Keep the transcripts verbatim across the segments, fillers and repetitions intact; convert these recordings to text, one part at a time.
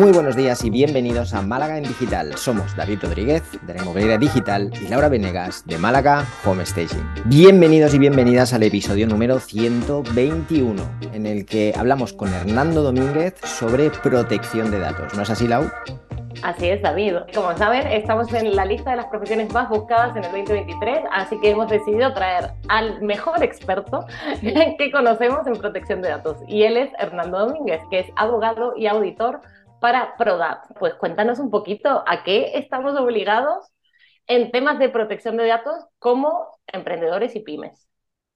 Muy buenos días y bienvenidos a Málaga en Digital. Somos David Rodríguez, de la Inmobiliaria Digital, y Laura Venegas, de Málaga Home Staging. Bienvenidos y bienvenidas al episodio número ciento veintiuno, en el que hablamos con Hernando Domínguez sobre protección de datos. ¿No es así, Lau? Así es, David. Como saben, estamos en la lista de las profesiones más buscadas en el veinte veintitrés, así que hemos decidido traer al mejor experto que conocemos en protección de datos. Y él es Hernando Domínguez, que es abogado y auditor para Prodap. Pues cuéntanos un poquito a qué estamos obligados en temas de protección de datos como emprendedores y pymes.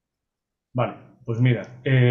Vale, pues mira,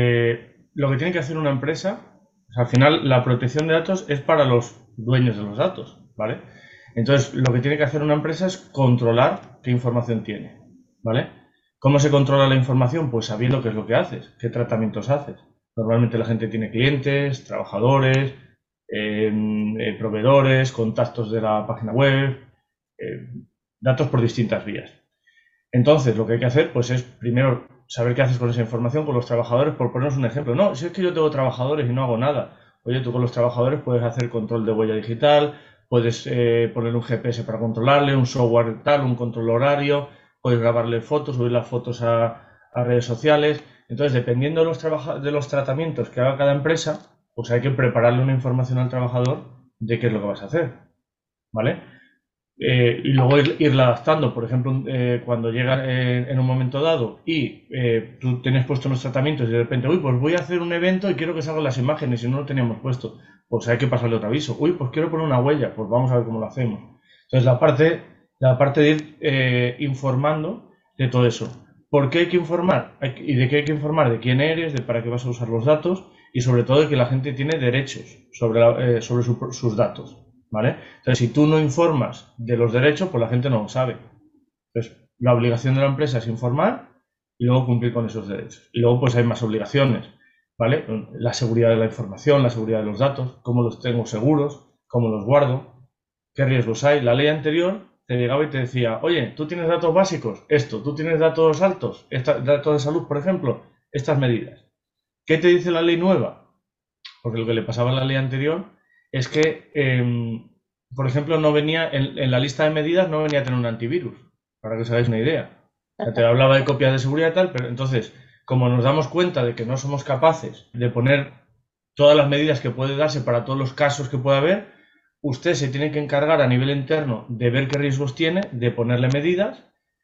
eh, lo que tiene que hacer una empresa, o sea, al final la protección de datos es para los dueños de los datos, ¿vale? Entonces, lo que tiene que hacer una empresa es controlar qué información tiene, ¿vale? ¿Cómo se controla la información? Pues sabiendo qué es lo que haces, qué tratamientos haces. Normalmente la gente tiene clientes, trabajadores, eh, eh, proveedores, contactos de la página web, eh, datos por distintas vías. Entonces, lo que hay que hacer, pues es primero saber qué haces con esa información, con los trabajadores, por poneros un ejemplo. No, si es que yo tengo trabajadores y no hago nada. Oye, tú con los trabajadores puedes hacer control de huella digital, puedes eh, poner un G P S para controlarle, un software tal, un control horario, puedes grabarle fotos, subir las fotos a, a redes sociales. Entonces, dependiendo de los, de los tratamientos que haga cada empresa, pues hay que prepararle una información al trabajador de qué es lo que vas a hacer, ¿vale? Eh, y luego ir, irla adaptando. Por ejemplo, eh, cuando llega eh, en un momento dado y eh, tú tienes puesto unos tratamientos y de repente, uy, pues voy a hacer un evento y quiero que salgan las imágenes y no lo teníamos puesto, pues hay que pasarle otro aviso. Uy, pues quiero poner una huella, pues vamos a ver cómo lo hacemos. Entonces, la parte, la parte de ir eh, informando de todo eso. ¿Por qué hay que informar? Hay que, ¿Y de qué hay que informar? De quién eres, de para qué vas a usar los datos y sobre todo de que la gente tiene derechos sobre, la, eh, sobre su, sus datos. ¿Vale? Entonces, si tú no informas de los derechos, pues la gente no lo sabe. Entonces, la obligación de la empresa es informar y luego cumplir con esos derechos. Y luego, pues hay más obligaciones, ¿vale? La seguridad de la información, la seguridad de los datos, cómo los tengo seguros, cómo los guardo, qué riesgos hay. La ley anterior te llegaba y te decía, oye, tú tienes datos básicos, esto, tú tienes datos altos, esta, datos de salud, por ejemplo, estas medidas. ¿Qué te dice la ley nueva? Porque lo que le pasaba a la ley anterior es que, eh, por ejemplo, no venía en, en la lista de medidas no venía a tener un antivirus, para que os hagáis una idea. O sea, te hablaba de copias de seguridad y tal, pero entonces, como nos damos cuenta de que no somos capaces de poner todas las medidas que puede darse para todos los casos que pueda haber, usted se tiene que encargar a nivel interno de ver qué riesgos tiene, de ponerle medidas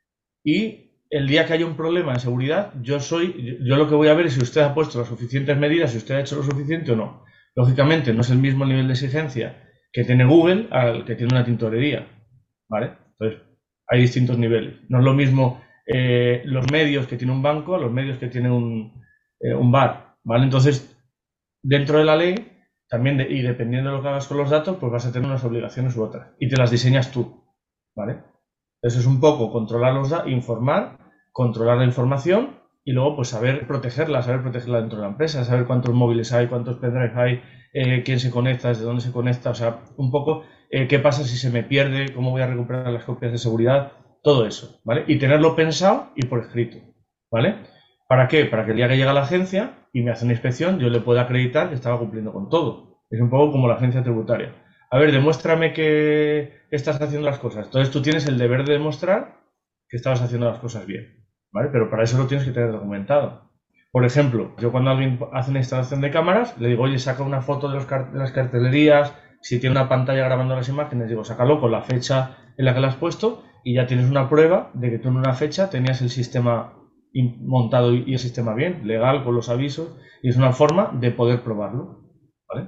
y el día que haya un problema de seguridad, yo soy, yo lo que voy a ver es si usted ha puesto las suficientes medidas, si usted ha hecho lo suficiente o no. Lógicamente, no es el mismo nivel de exigencia que tiene Google al que tiene una tintorería, ¿vale? Entonces, hay distintos niveles. No es lo mismo eh, los medios que tiene un banco a los medios que tiene un, eh, un bar, ¿vale? Entonces, dentro de la ley, también, de, y dependiendo de lo que hagas con los datos, pues vas a tener unas obligaciones u otras. Y te las diseñas tú, ¿vale? Entonces, es un poco controlar los datos, informar, controlar la información y luego pues saber protegerla, saber protegerla dentro de la empresa, saber cuántos móviles hay, cuántos pendrives hay, eh, quién se conecta, desde dónde se conecta, o sea, un poco eh, qué pasa si se me pierde, cómo voy a recuperar las copias de seguridad, todo eso, ¿vale? Y tenerlo pensado y por escrito, ¿vale? ¿Para qué? Para que el día que llega la agencia y me hace una inspección, yo le pueda acreditar que estaba cumpliendo con todo. Es un poco como la agencia tributaria. A ver, demuéstrame que estás haciendo las cosas. Entonces tú tienes el deber de demostrar que estabas haciendo las cosas bien, ¿vale? Pero para eso lo tienes que tener documentado. Por ejemplo, yo cuando alguien hace una instalación de cámaras, le digo, oye, saca una foto de, los car de las cartelerías, si tiene una pantalla grabando las imágenes, digo, sácalo con la fecha en la que la has puesto y ya tienes una prueba de que tú en una fecha tenías el sistema montado y el sistema bien, legal, con los avisos, y es una forma de poder probarlo, ¿vale?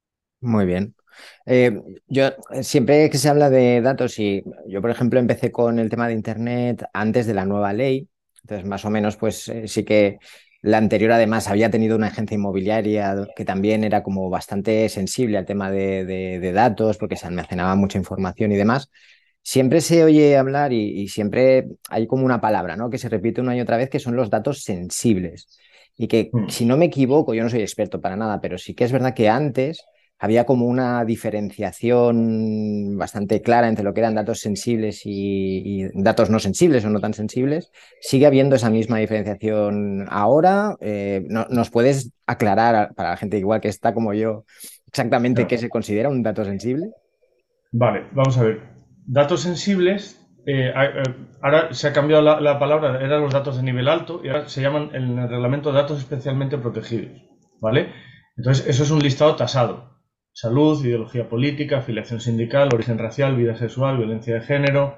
Muy bien. Eh, yo eh, siempre que se habla de datos y yo, por ejemplo, empecé con el tema de Internet antes de la nueva ley, entonces más o menos pues eh, sí que la anterior además había tenido una agencia inmobiliaria que también era como bastante sensible al tema de, de, de datos porque se almacenaba mucha información y demás. Siempre se oye hablar y, y siempre hay como una palabra, ¿no? Que se repite una y otra vez que son los datos sensibles y que Mm. si no me equivoco, yo no soy experto para nada, pero sí que es verdad que antes había como una diferenciación bastante clara entre lo que eran datos sensibles y, y datos no sensibles o no tan sensibles. ¿Sigue habiendo esa misma diferenciación ahora? Eh, no, ¿Nos puedes aclarar para la gente igual que está como yo exactamente qué Claro. se considera un dato sensible? Vale, vamos a ver. Datos sensibles, eh, a- eh, ahora se ha cambiado la, la palabra, eran los datos de nivel alto y ahora se llaman en el reglamento datos especialmente protegidos, ¿vale? Entonces, eso es un listado tasado. Salud, ideología política, afiliación sindical, origen racial, vida sexual, violencia de género.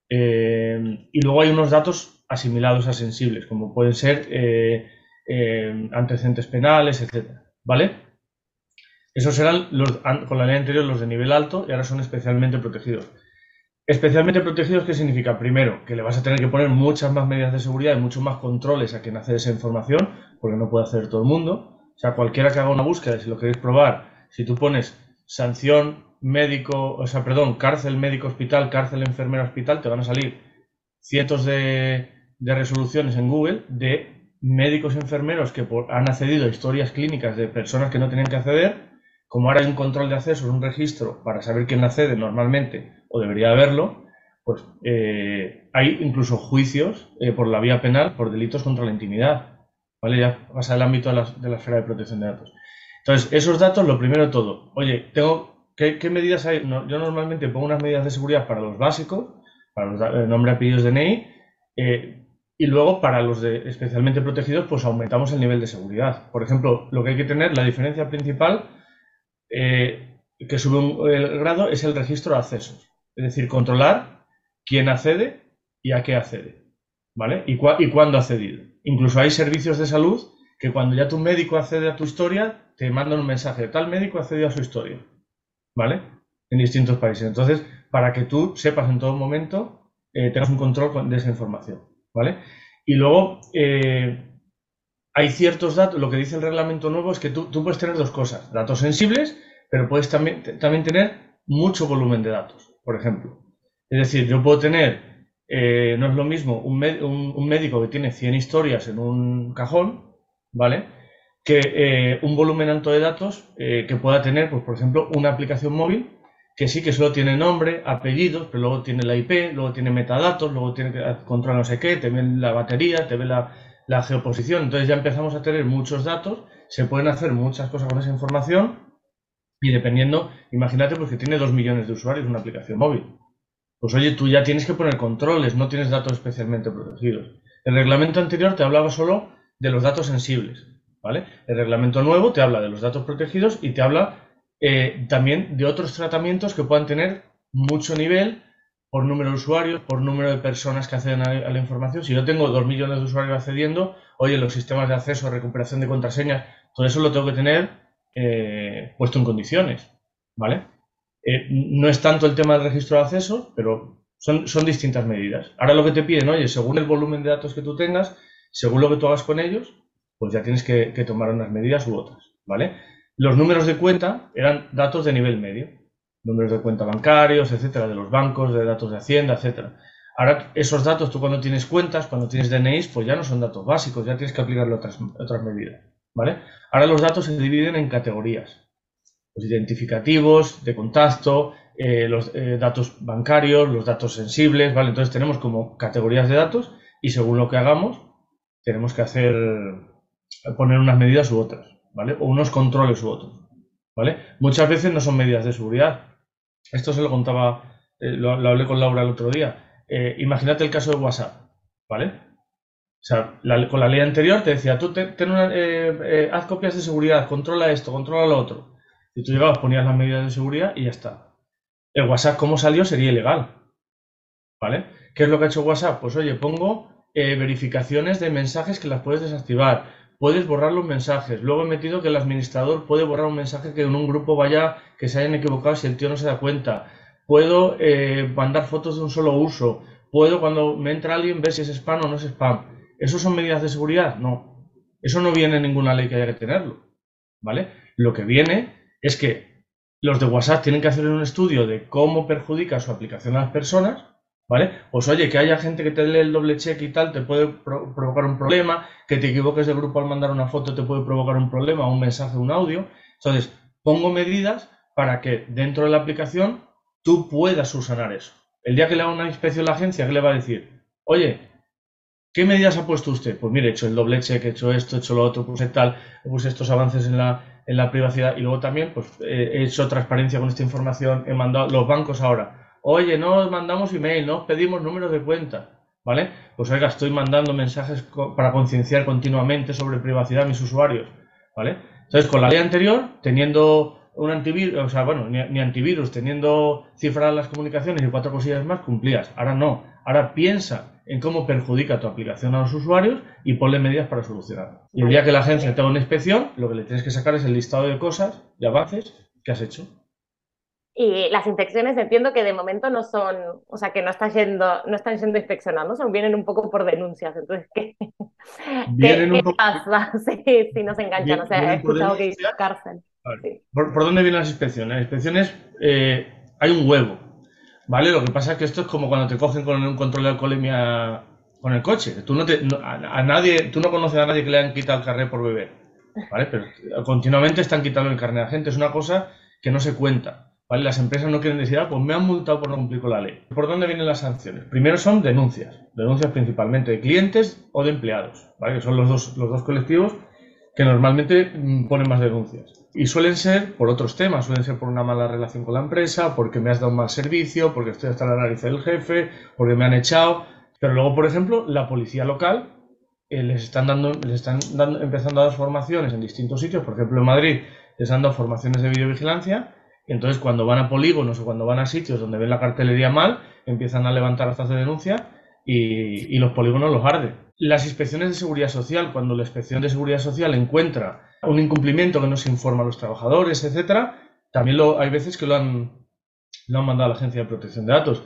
eh, y luego hay unos datos asimilados a sensibles, como pueden ser eh, eh, antecedentes penales, etcétera, ¿vale? Esos eran los, an- con la ley anterior los de nivel alto y ahora son especialmente protegidos. Especialmente protegidos, ¿qué significa? Primero, que le vas a tener que poner muchas más medidas de seguridad y muchos más controles a quien accede a esa información, porque no puede hacer todo el mundo. O sea, cualquiera que haga una búsqueda, si lo queréis probar, si tú pones sanción médico, o sea, perdón, cárcel médico hospital, cárcel enfermera hospital, te van a salir cientos de, de resoluciones en Google de médicos y enfermeros que por- han accedido a historias clínicas de personas que no tenían que acceder. Como ahora hay un control de acceso, un registro para saber quién accede normalmente, o debería haberlo, pues eh, hay incluso juicios eh, por la vía penal por delitos contra la intimidad, ¿vale? Ya pasa el ámbito de la, de la esfera de protección de datos. Entonces, esos datos, lo primero de todo, oye, tengo, ¿qué, qué medidas hay? No, yo normalmente pongo unas medidas de seguridad para los básicos, para los eh, nombre, apellidos, D N I, eh, y luego para los de especialmente protegidos, pues aumentamos el nivel de seguridad. Por ejemplo, lo que hay que tener, la diferencia principal eh, que sube un, el grado es el registro de accesos. Es decir, controlar quién accede y a qué accede, ¿vale? Y, cua y cuándo ha accedido. Incluso hay servicios de salud que cuando ya tu médico accede a tu historia, te mandan un mensaje, tal médico ha accedido a su historia, ¿vale? En distintos países. Entonces, para que tú sepas en todo momento, eh, tengas un control de esa información, ¿vale? Y luego, eh, hay ciertos datos, lo que dice el reglamento nuevo es que tú, tú puedes tener dos cosas, datos sensibles, pero puedes también, también tener mucho volumen de datos, por ejemplo. Es decir, yo puedo tener, eh, no es lo mismo un, un, un, médico que tiene cien historias en un cajón, ¿vale? Que eh, un volumen alto de datos eh, que pueda tener, pues, por ejemplo, una aplicación móvil que sí que solo tiene nombre, apellidos, pero luego tiene la I P, luego tiene metadatos, luego tiene que controlar no sé qué, te ve la batería, te ve la, la geoposición. Entonces ya empezamos a tener muchos datos, se pueden hacer muchas cosas con esa información y dependiendo, imagínate pues que tiene dos millones de usuarios una aplicación móvil. Pues oye, tú ya tienes que poner controles, no tienes datos especialmente protegidos. El reglamento anterior te hablaba solo de los datos sensibles, ¿vale? El reglamento nuevo te habla de los datos protegidos y te habla eh, también de otros tratamientos que puedan tener mucho nivel por número de usuarios, por número de personas que acceden a, a la información. Si yo tengo dos millones de usuarios accediendo, oye, los sistemas de acceso, recuperación de contraseñas, todo eso lo tengo que tener eh, puesto en condiciones, ¿vale? Eh, no es tanto el tema del registro de acceso, pero son, son distintas medidas. Ahora lo que te piden, oye, según el volumen de datos que tú tengas, según lo que tú hagas con ellos, pues ya tienes que, que tomar unas medidas u otras, ¿vale? Los números de cuenta eran datos de nivel medio, números de cuenta bancarios, etcétera, de los bancos, de datos de Hacienda, etcétera. Ahora, esos datos, tú cuando tienes cuentas, cuando tienes D N Is, pues ya no son datos básicos, ya tienes que aplicarle otras, otras medidas, ¿vale? Ahora los datos se dividen en categorías. Los identificativos, de contacto, eh, los eh, datos bancarios, los datos sensibles, ¿vale? Entonces tenemos como categorías de datos y según lo que hagamos, tenemos que hacer, poner unas medidas u otras, ¿vale? O unos controles u otros, ¿vale? Muchas veces no son medidas de seguridad. Esto se lo contaba, eh, lo, lo hablé con Laura el otro día. Eh, imagínate el caso de WhatsApp, ¿vale? O sea, la, con la ley anterior te decía, tú ten, ten una, eh, eh, haz copias de seguridad, controla esto, controla lo otro. Y tú llegabas, ponías las medidas de seguridad y ya está. El WhatsApp, como salió, sería ilegal, ¿vale? ¿Qué es lo que ha hecho WhatsApp? Pues oye, pongo eh, verificaciones de mensajes que las puedes desactivar. Puedes borrar los mensajes. Luego he metido que el administrador puede borrar un mensaje que en un grupo vaya, que se hayan equivocado si el tío no se da cuenta. Puedo eh, mandar fotos de un solo uso. Puedo, cuando me entra alguien, ver si es spam o no es spam. ¿Eso son medidas de seguridad? No. Eso no viene en ninguna ley que haya que tenerlo, ¿vale? Lo que viene es que los de WhatsApp tienen que hacer un estudio de cómo perjudica su aplicación a las personas, ¿vale? Pues oye, que haya gente que te lee el doble check y tal, te puede pro provocar un problema, que te equivoques de grupo al mandar una foto te puede provocar un problema, un mensaje, un audio. Entonces, pongo medidas para que dentro de la aplicación tú puedas subsanar eso. El día que le haga una inspección a la agencia, ¿qué le va a decir? Oye, ¿qué medidas ha puesto usted? Pues mire, he hecho el doble check, he hecho esto, he hecho lo otro, puse tal, puse estos avances en la, en la privacidad. Y luego también pues, eh, he hecho transparencia con esta información, he mandado los bancos ahora, oye, no os mandamos email, no os pedimos números de cuenta, ¿vale? Pues oiga, estoy mandando mensajes para concienciar continuamente sobre privacidad a mis usuarios, ¿vale? Entonces, con la ley anterior, teniendo un antivirus, o sea, bueno, ni, ni antivirus, teniendo cifradas las comunicaciones y cuatro cosillas más, cumplías. Ahora no. Ahora piensa en cómo perjudica tu aplicación a los usuarios y ponle medidas para solucionarlo. Y el día que la agencia te haga una inspección, lo que le tienes que sacar es el listado de cosas, de avances que has hecho. Y las inspecciones entiendo que de momento no son, o sea, que no están yendo, no están yendo inspeccionando, son, vienen un poco por denuncias. Entonces, ¿qué, ¿qué, Vienen un qué poco, pasa si, si nos enganchan? O sea, he vienen por escuchado que hay denuncias. cárcel. Vale. Sí. ¿Por, por dónde vienen las inspecciones? Las inspecciones, eh, hay un huevo, ¿vale? Lo que pasa es que esto es como cuando te cogen con un control de alcoholemia con el coche. Tú no te, no, a, a nadie, tú no conoces a nadie que le han quitado el carnet por beber, ¿vale? Pero continuamente están quitando el carnet a la gente. Es una cosa que no se cuenta, ¿vale? Las empresas no quieren decir, ah, pues me han multado por no cumplir con la ley. ¿Por dónde vienen las sanciones? Primero son denuncias, denuncias principalmente de clientes o de empleados, ¿vale? Que son los dos, los dos colectivos que normalmente ponen más denuncias. Y suelen ser por otros temas, suelen ser por una mala relación con la empresa, porque me has dado un mal servicio, porque estoy hasta la nariz del jefe, porque me han echado. Pero luego, por ejemplo, la policía local eh, les están dando, les están dando, empezando a dar formaciones en distintos sitios. Por ejemplo, en Madrid les han dado formaciones de videovigilancia. Y entonces, cuando van a polígonos o cuando van a sitios donde ven la cartelería mal, empiezan a levantar actas de denuncia y, y los polígonos los arden. Las inspecciones de seguridad social, cuando la inspección de seguridad social encuentra un incumplimiento que no se informa a los trabajadores, etcétera, también lo, hay veces que lo han, lo han mandado a la Agencia de Protección de Datos.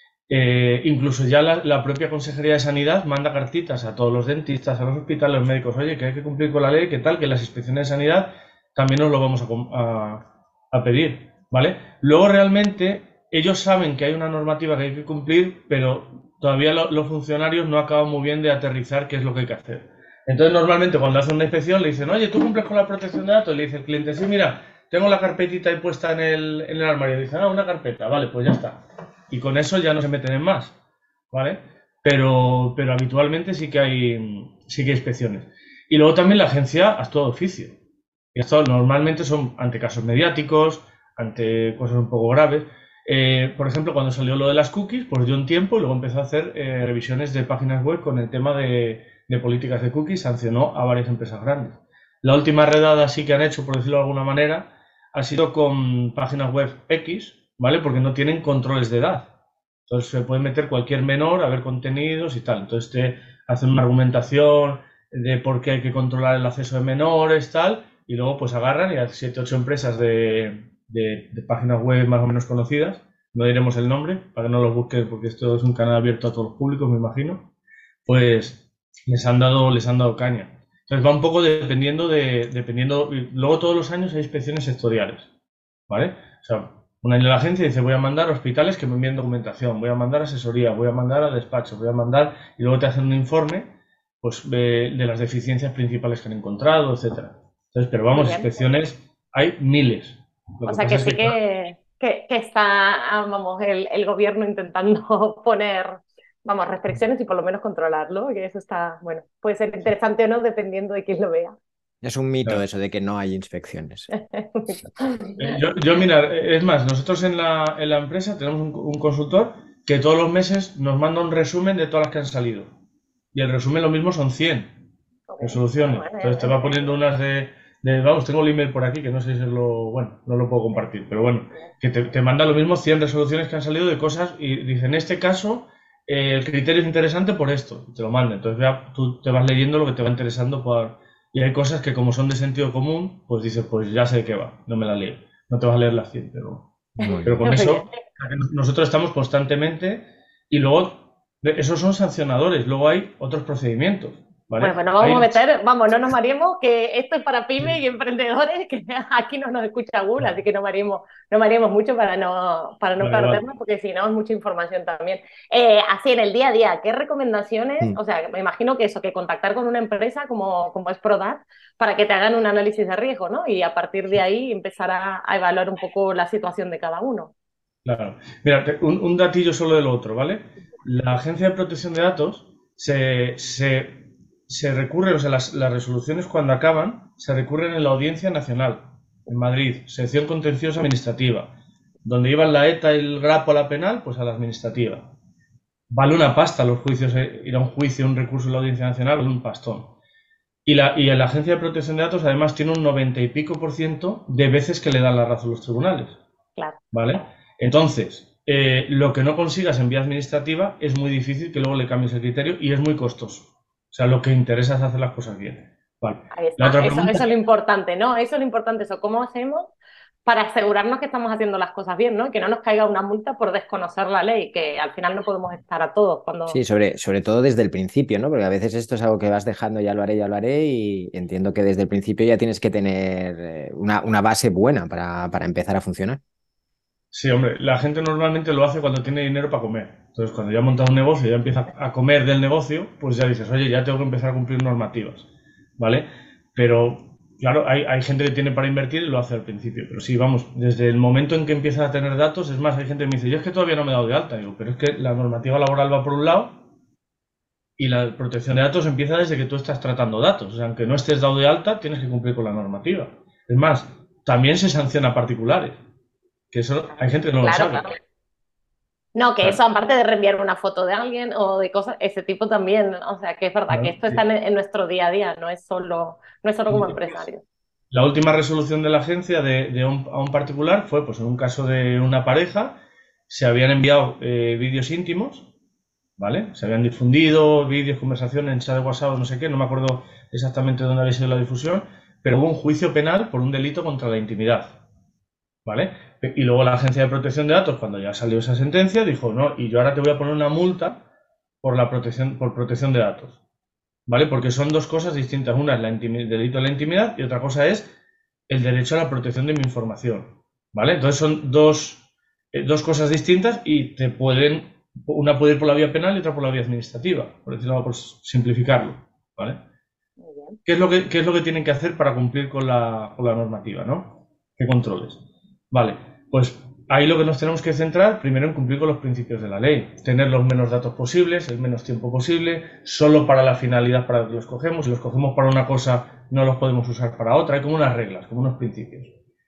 Eh, incluso ya la, la propia Consejería de Sanidad manda cartitas a todos los dentistas, a los hospitales, a los médicos, oye, que hay que cumplir con la ley, que tal, que las inspecciones de sanidad también nos lo vamos a, a, a pedir, ¿vale? Luego realmente ellos saben que hay una normativa que hay que cumplir, pero todavía lo, los funcionarios no acaban muy bien de aterrizar qué es lo que hay que hacer. Entonces, normalmente cuando hacen una inspección le dicen, oye, ¿tú cumples con la protección de datos? Y le dice el cliente, sí, mira, tengo la carpetita ahí puesta en el, en el armario. Y dicen, ah, una carpeta, vale, pues ya está. Y con eso ya no se meten en más, ¿vale? Pero, pero habitualmente sí que hay, sí que hay inspecciones. Y luego también la agencia actúa de oficio. Y esto normalmente son ante casos mediáticos, ante cosas un poco graves. Eh, por ejemplo, cuando salió lo de las cookies, pues dio un tiempo y luego empezó a hacer eh, revisiones de páginas web con el tema de, de políticas de cookies, sancionó a varias empresas grandes. La última redada sí que han hecho, por decirlo de alguna manera, ha sido con páginas web X, ¿vale? Porque no tienen controles de edad. Entonces se puede meter cualquier menor a ver contenidos y tal. Entonces te hacen una argumentación de por qué hay que controlar el acceso de menores, tal, y luego pues agarran y a siete ocho empresas de... De, de páginas web más o menos conocidas, no diremos el nombre para que no los busquen porque esto es un canal abierto a todos los públicos, me imagino, pues les han dado, les han dado caña. Entonces va un poco dependiendo de, dependiendo, luego todos los años hay inspecciones sectoriales, ¿vale? O sea, un año la agencia dice voy a mandar a hospitales que me envíen documentación, voy a mandar asesoría, voy a mandar a despachos, voy a mandar, y luego te hacen un informe pues de, de las deficiencias principales que han encontrado, etcétera. Entonces, pero vamos, inspecciones hay miles. Lo o que sea que sí que, que, que, que está, vamos, el, el gobierno intentando poner, vamos, restricciones y por lo menos controlarlo, y eso está, bueno, puede ser interesante o no, dependiendo de quién lo vea. Es un mito claro. Eso de que no hay inspecciones. yo, yo, mira, es más, nosotros en la, en la empresa tenemos un, un consultor que todos los meses nos manda un resumen de todas las que han salido. Y el resumen lo mismo son cien resoluciones. Entonces te va poniendo unas de... De, vamos, tengo el email por aquí que no sé si es lo... Bueno, no lo puedo compartir, pero bueno, que te, te manda lo mismo cien resoluciones que han salido de cosas y dice, en este caso, eh, el criterio es interesante por esto, y te lo manda. Entonces ya tú te vas leyendo lo que te va interesando por... y hay cosas que como son de sentido común, pues dices, pues ya sé de qué va, no me la leo. No te vas a leer las cien, pero, pero con eso nosotros estamos constantemente y luego esos son sancionadores, luego hay otros procedimientos. ¿Vale? Bueno, pues nos vamos Ahí... a meter, vamos, no nos mareemos, que esto es para pymes y emprendedores, que aquí no nos escucha Google, así que no mareemos, no mareemos mucho para no, para no vale, perdernos, vale. Porque si no es mucha información también. Eh, así, en el día a día, ¿qué recomendaciones? Mm. O sea, me imagino que eso, que contactar con una empresa como, como es Prodat, para que te hagan un análisis de riesgo, ¿no? Y a partir de ahí empezar a, a evaluar un poco la situación de cada uno. Claro. Mira, un, un datillo solo del otro, ¿vale? La Agencia de Protección de Datos se... se se recurre, o sea, las, las resoluciones cuando acaban se recurren en la Audiencia Nacional, en Madrid, sección contenciosa administrativa. Donde iban la ETA y el grapo a la penal, pues a la administrativa. Vale una pasta los juicios, eh, ir a un juicio, un recurso en la Audiencia Nacional, vale un pastón. Y la, y la Agencia de Protección de Datos además tiene un noventa y pico por ciento de veces que le dan la razón los tribunales. Claro. ¿Vale? Entonces, eh, lo que no consigas en vía administrativa es muy difícil que luego le cambies el criterio y es muy costoso. O sea, lo que interesa es hacer las cosas bien. Vale. Ahí está. La otra Eso, pregunta... eso es lo importante, ¿no? Eso es lo importante, eso. ¿Cómo hacemos para asegurarnos que estamos haciendo las cosas bien, ¿no? Que no nos caiga una multa por desconocer la ley, que al final no podemos estar a todos cuando... Sí, sobre, sobre todo desde el principio, ¿no? Porque a veces esto es algo que vas dejando, ya lo haré, ya lo haré, y entiendo que desde el principio ya tienes que tener eh, una, una base buena para, para empezar a funcionar. Sí, hombre, la gente normalmente lo hace cuando tiene dinero para comer. Entonces, cuando ya ha montado un negocio y ya empieza a comer del negocio, pues ya dices, oye, ya tengo que empezar a cumplir normativas, ¿vale? Pero, claro, hay, hay gente que tiene para invertir y lo hace al principio. Pero sí, vamos, desde el momento en que empiezas a tener datos, es más, hay gente que me dice, yo es que todavía no me he dado de alta. Digo, pero es que la normativa laboral va por un lado y la protección de datos empieza desde que tú estás tratando datos. O sea, aunque no estés dado de alta, tienes que cumplir con la normativa. Es más, también se sanciona a particulares. Que eso hay gente que no Claro, lo sabe. claro. No, que Claro. eso, aparte de reenviar una foto de alguien o de cosas, ese tipo también, o sea, que es verdad Claro, que esto sí. está en, en nuestro día a día, no es solo, no es solo como empresario. La última resolución de la agencia de, de un, a un particular fue, pues en un caso de una pareja, se habían enviado eh, vídeos íntimos, ¿vale? Se habían difundido vídeos, conversaciones en chat de WhatsApp, no sé qué, no me acuerdo exactamente dónde había sido la difusión, pero hubo un juicio penal por un delito contra la intimidad, ¿vale? Y luego la Agencia de Protección de Datos, cuando ya salió esa sentencia, dijo, no, y yo ahora te voy a poner una multa por la protección, por protección de datos, ¿vale? Porque son dos cosas distintas. Una es la el delito de la intimidad y otra cosa es el derecho a la protección de mi información, ¿vale? Entonces son dos, eh, dos cosas distintas y te pueden, una puede ir por la vía penal y otra por la vía administrativa, por decirlo, por simplificarlo, ¿vale? Muy bien. ¿Qué es lo que, qué es lo que tienen que hacer para cumplir con la, con la normativa, ¿no? ¿Qué controles? Vale, pues ahí lo que nos tenemos que centrar primero en cumplir con los principios de la ley, tener los menos datos posibles, el menos tiempo posible, solo para la finalidad para la que los cogemos. Si los cogemos para una cosa, no los podemos usar para otra. Hay como unas reglas, como unos principios.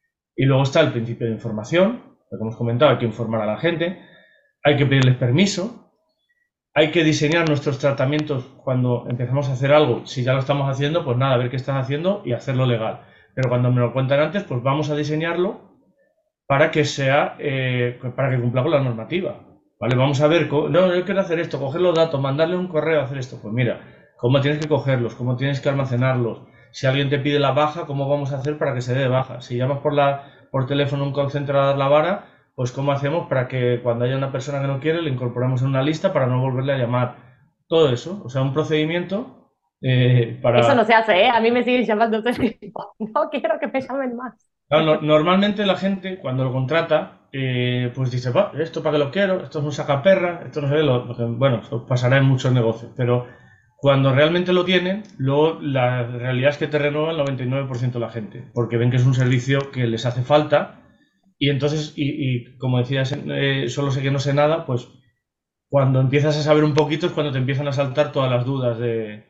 Y luego está el principio de información, lo que hemos comentado, hay que informar a la gente, hay que pedirles permiso, hay que diseñar nuestros tratamientos cuando empezamos a hacer algo. Si ya lo estamos haciendo, pues nada, a ver qué estás haciendo y hacerlo legal. Pero cuando me lo cuentan antes, pues vamos a diseñarlo para que sea, eh, para que cumpla con la normativa, ¿vale? Vamos a ver, no, yo quiero hacer esto, coger los datos, mandarle un correo, hacer esto. Pues mira, cómo tienes que cogerlos, cómo tienes que almacenarlos. Si alguien te pide la baja, ¿cómo vamos a hacer para que se dé de baja? Si llamas por, la, por teléfono a un call center a dar la vara, pues cómo hacemos para que cuando haya una persona que no quiere, le incorporamos en una lista para no volverle a llamar. Todo eso, o sea, un procedimiento eh, para... Eso no se hace, ¿eh? A mí me siguen llamando todo el tiempo. No quiero que me llamen más. Claro, no, normalmente la gente cuando lo contrata, eh, pues dice, va, esto para qué lo quiero, esto es un sacaperra, esto no sé, lo, lo que, bueno, esto pasará en muchos negocios, pero cuando realmente lo tienen, luego la realidad es que te renueva el noventa y nueve por ciento de la gente, porque ven que es un servicio que les hace falta y entonces, y, y como decías, eh, solo sé que no sé nada, pues cuando empiezas a saber un poquito es cuando te empiezan a saltar todas las dudas de,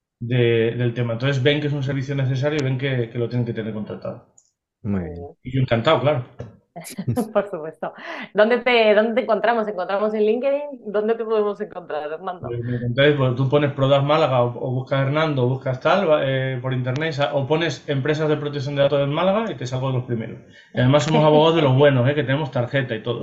de, del tema. Entonces ven que es un servicio necesario y ven que, que lo tienen que tener contratado. Muy bien. Y yo encantado, claro. Por supuesto. ¿Dónde te, ¿Dónde te encontramos? ¿Encontramos en LinkedIn? ¿Dónde te podemos encontrar, Hernando? Pues me contáis, pues tú pones Prodas Málaga o, o buscas Hernando o buscas tal eh, por internet o pones empresas de protección de datos en Málaga y te salgo de los primeros. Y además somos abogados de los buenos, eh, que tenemos tarjeta y todo.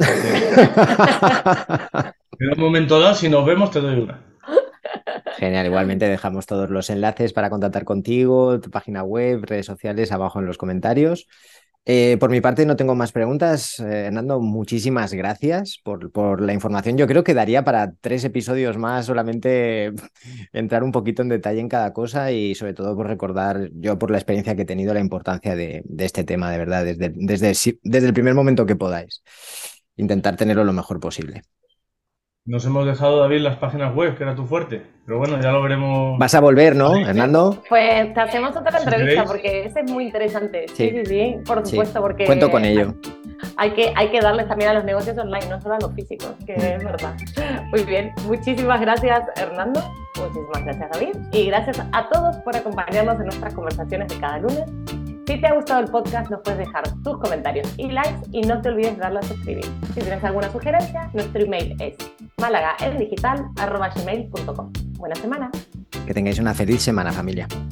En un momento dado, si nos vemos, te doy una. Genial, igualmente dejamos todos los enlaces para contactar contigo, tu página web, redes sociales abajo en los comentarios. Eh, por mi parte no tengo más preguntas. Eh, Hernando, muchísimas gracias por, por la información. Yo creo que daría para tres episodios más solamente entrar un poquito en detalle en cada cosa y sobre todo por recordar, yo por la experiencia que he tenido, la importancia de, de este tema, de verdad, desde, desde, desde el primer momento que podáis. Intentar tenerlo lo mejor posible. Nos hemos dejado, David, las páginas web, que era tu fuerte. Pero bueno, ya lo veremos. Vas a volver, ¿no, Hernando? Pues te hacemos otra Si entrevista queréis. porque ese es muy interesante. Sí, Sí. sí, sí, por Sí. supuesto. Porque Cuento con ello. Hay que, hay que darles también a los negocios online, no solo a los físicos, que es verdad. Muy bien, muchísimas gracias, Hernando. Muchísimas gracias, David. Y gracias a todos por acompañarnos en nuestras conversaciones de cada lunes. Si te ha gustado el podcast, nos puedes dejar tus comentarios y likes y no te olvides de darle a suscribir. Si tienes alguna sugerencia, nuestro email es málaga en digital arroba gmail punto com. Buena semana. Que tengáis una feliz semana, familia.